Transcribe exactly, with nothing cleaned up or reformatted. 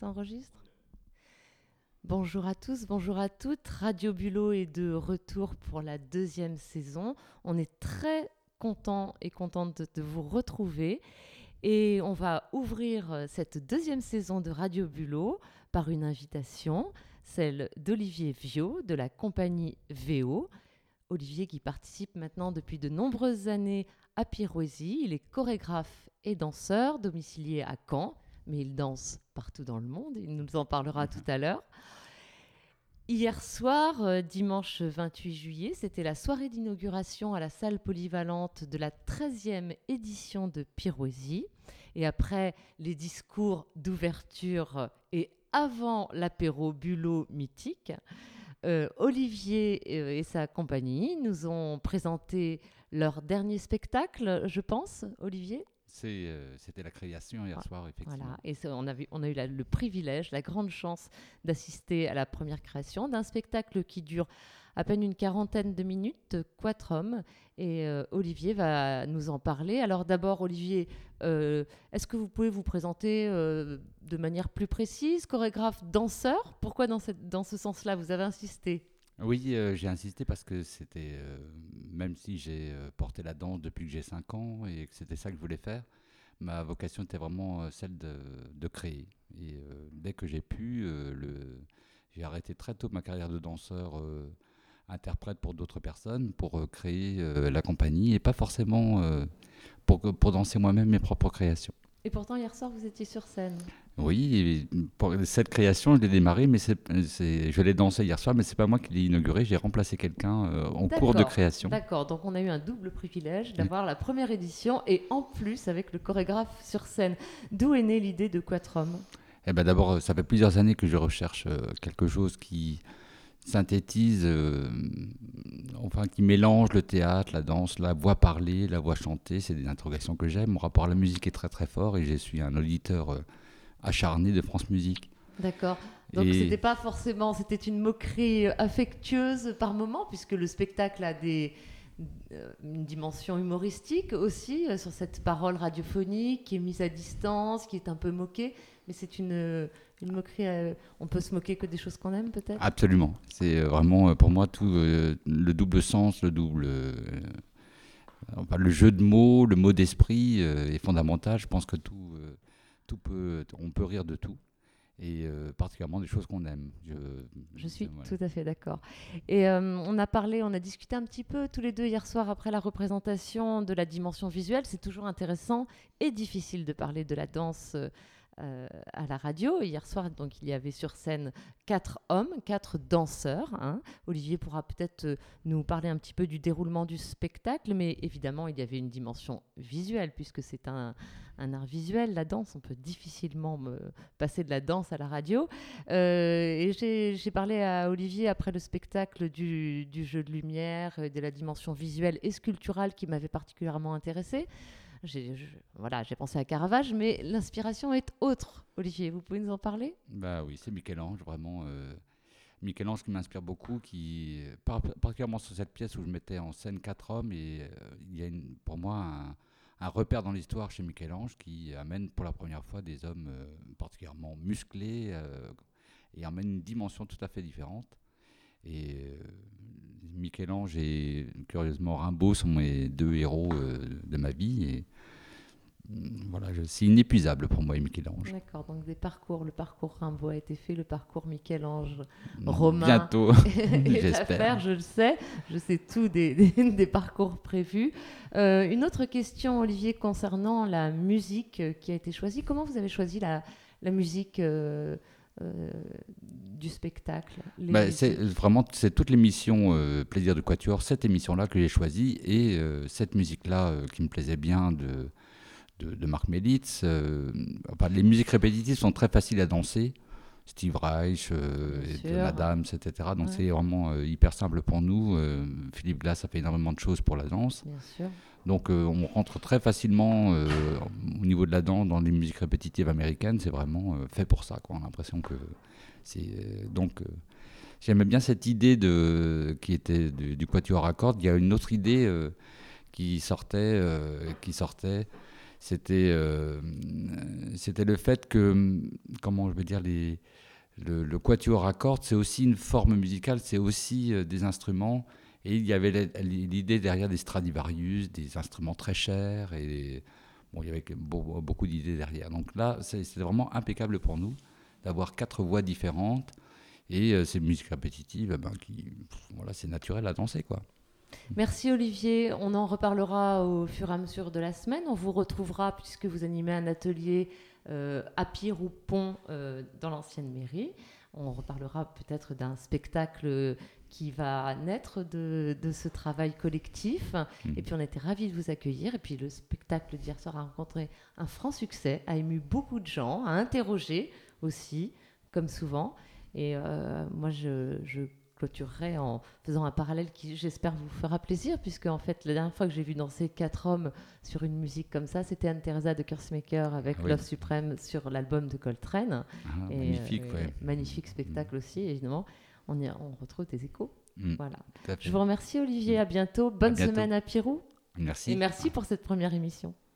T'enregistres ? Bonjour à tous, bonjour à toutes. Radio Bulot est de retour pour la deuxième saison. On est très content et contente de, de vous retrouver. Et on va ouvrir cette deuxième saison de Radio Bulot par une invitation, celle d'Olivier Viau de la compagnie V O. Olivier qui participe maintenant depuis de nombreuses années à Piroisy. Il est chorégraphe et danseur, domicilié à Caen, mais il danse partout dans le monde. Il nous en parlera tout à l'heure. Hier soir, euh, dimanche vingt-huit juillet, c'était la soirée d'inauguration à la salle polyvalente de la treizième édition de Piroisy. Et après les discours d'ouverture et avant l'apéro Bulot mythique, euh, Olivier et, et sa compagnie nous ont présenté leur dernier spectacle, je pense, Olivier. C'est, euh, c'était la création hier soir, effectivement. Voilà. Et ça, on, a vu, on a eu la, le privilège, la grande chance d'assister à la première création d'un spectacle qui dure à peine une quarantaine de minutes, Quat'Homme. Et euh, Olivier va nous en parler. Alors d'abord, Olivier, euh, est-ce que vous pouvez vous présenter euh, de manière plus précise, chorégraphe, danseur ? Pourquoi dans, cette, dans ce sens-là, vous avez insisté ? Oui, euh, j'ai insisté parce que c'était, euh, même si j'ai euh, porté la danse depuis que j'ai cinq ans et que c'était ça que je voulais faire, ma vocation était vraiment euh, celle de, de créer. Et euh, dès que j'ai pu, euh, le, j'ai arrêté très tôt ma carrière de danseur euh, interprète pour d'autres personnes pour euh, créer euh, la compagnie et pas forcément euh, pour, pour danser moi-même mes propres créations. Et pourtant, hier soir, vous étiez sur scène. Oui, et pour cette création, je l'ai démarrée, mais c'est, c'est, je l'ai dansée hier soir, mais c'est pas moi qui l'ai inaugurée, j'ai remplacé quelqu'un euh, en D'accord, cours de création. D'accord, donc on a eu un double privilège d'avoir oui. la première édition et en plus avec le chorégraphe sur scène. D'où est née l'idée de Quat'Homme ? Eh ben d'abord, ça fait plusieurs années que je recherche euh, quelque chose qui synthétise, euh, enfin qui mélange le théâtre, la danse, la voix parlée, la voix chantée. C'est des interrogations que j'aime. Mon rapport à la musique est très très fort et je suis un auditeur euh, acharné de France Musique. D'accord. Donc et... c'était pas forcément, c'était une moquerie affectueuse par moment, puisque le spectacle a des, euh, une dimension humoristique aussi euh, sur cette parole radiophonique qui est mise à distance, qui est un peu moquée. Mais c'est une, une moquerie. Euh, on peut se moquer que des choses qu'on aime, peut-être ? Absolument. C'est vraiment pour moi tout euh, le double sens, le double. Euh, enfin, le jeu de mots, le mot d'esprit euh, est fondamental. Je pense que tout, euh, tout peut, on peut rire de tout. Et euh, particulièrement des choses qu'on aime. Je, je suis voilà. tout à fait d'accord. Et euh, on a parlé, on a discuté un petit peu tous les deux hier soir après la représentation de la dimension visuelle. C'est toujours intéressant et difficile de parler de la danse euh, à la radio. Hier soir, donc, il y avait sur scène quatre hommes, quatre danseurs. Hein. Olivier pourra peut-être euh, nous parler un petit peu du déroulement du spectacle, mais évidemment, il y avait une dimension visuelle puisque c'est un, un art visuel, la danse. On peut difficilement me passer de la danse à la radio. Euh, et j'ai, j'ai parlé à Olivier après le spectacle du, du jeu de lumière, de la dimension visuelle et sculpturale qui m'avait particulièrement intéressée. J'ai, je, voilà, j'ai pensé à Caravage, mais l'inspiration est autre. Olivier, vous pouvez nous en parler ? Bah oui, c'est Michel-Ange, vraiment. Euh, Michel-Ange qui m'inspire beaucoup, qui, par, particulièrement sur cette pièce où je mettais en scène quatre hommes, et euh, il y a une, pour moi un, un repère dans l'histoire chez Michel-Ange qui amène pour la première fois des hommes euh, particulièrement musclés euh, et amène une dimension tout à fait différente. Et euh, Michel-Ange et curieusement Rimbaud sont mes deux héros euh, de ma vie. Et voilà, je, c'est inépuisable pour moi, Michel-Ange. D'accord, donc des parcours. Le parcours Rimbaud a été fait, le parcours Michel-Ange, Romain. Bientôt, est j'espère. À faire, je le sais. Je sais tout des, des, des parcours prévus. Euh, une autre question, Olivier, concernant la musique qui a été choisie. Comment vous avez choisi la, la musique euh, euh, du spectacle ? Bah, c'est vraiment c'est toute l'émission euh, Plaisir de Quatuor, cette émission-là que j'ai choisie et euh, cette musique-là euh, qui me plaisait bien de, de, de Marc Melitz. Euh, enfin, les musiques répétitives sont très faciles à danser. Steve Reich, euh, et Madame, et cetera. Donc ouais. C'est vraiment euh, hyper simple pour nous. Euh, Philippe Glass a fait énormément de choses pour la danse. Bien sûr. Donc euh, on rentre très facilement euh, au niveau de la danse dans les musiques répétitives américaines. C'est vraiment euh, fait pour ça, quoi. On a l'impression que c'est euh, donc. Euh, J'aimais bien cette idée de, qui était du, du quatuor à cordes. Il y a une autre idée euh, qui sortait, euh, qui sortait, c'était, euh, c'était le fait que, comment je veux dire, les, le, le quatuor à cordes, c'est aussi une forme musicale, c'est aussi euh, des instruments. Et il y avait la- l'idée derrière des Stradivarius, des instruments très chers. Et bon, il y avait beau- beaucoup d'idées derrière. Donc là, c'est c'est vraiment impeccable pour nous d'avoir quatre voix différentes. Et euh, ces musiques répétitives, eh ben, qui, pff, voilà, c'est naturel à danser, quoi. Merci Olivier, on en reparlera au fur et à mesure de la semaine. On vous retrouvera puisque vous animez un atelier euh, à Pierre-ou-Pont euh, dans l'ancienne mairie. On reparlera peut-être d'un spectacle qui va naître de, de ce travail collectif. Mm. Et puis on était ravis de vous accueillir. Et puis le spectacle d'hier soir a rencontré un franc succès, a ému beaucoup de gens, a interrogé aussi, comme souvent. Et euh, moi, je, je clôturerai en faisant un parallèle qui, j'espère, vous fera plaisir, puisque en fait, la dernière fois que j'ai vu danser quatre hommes sur une musique comme ça, c'était Anne-Theresa de Kurzmaker avec Ah oui. Love Supreme sur l'album de Coltrane. Ah, Et, magnifique, euh, ouais. magnifique spectacle aussi, évidemment. On, y a- on retrouve des échos. Mm. Voilà. Tout à fait. Je vous remercie, Olivier. Mm. À bientôt. Bonne À bientôt. semaine à Pirou. Merci. Et merci pour cette première émission.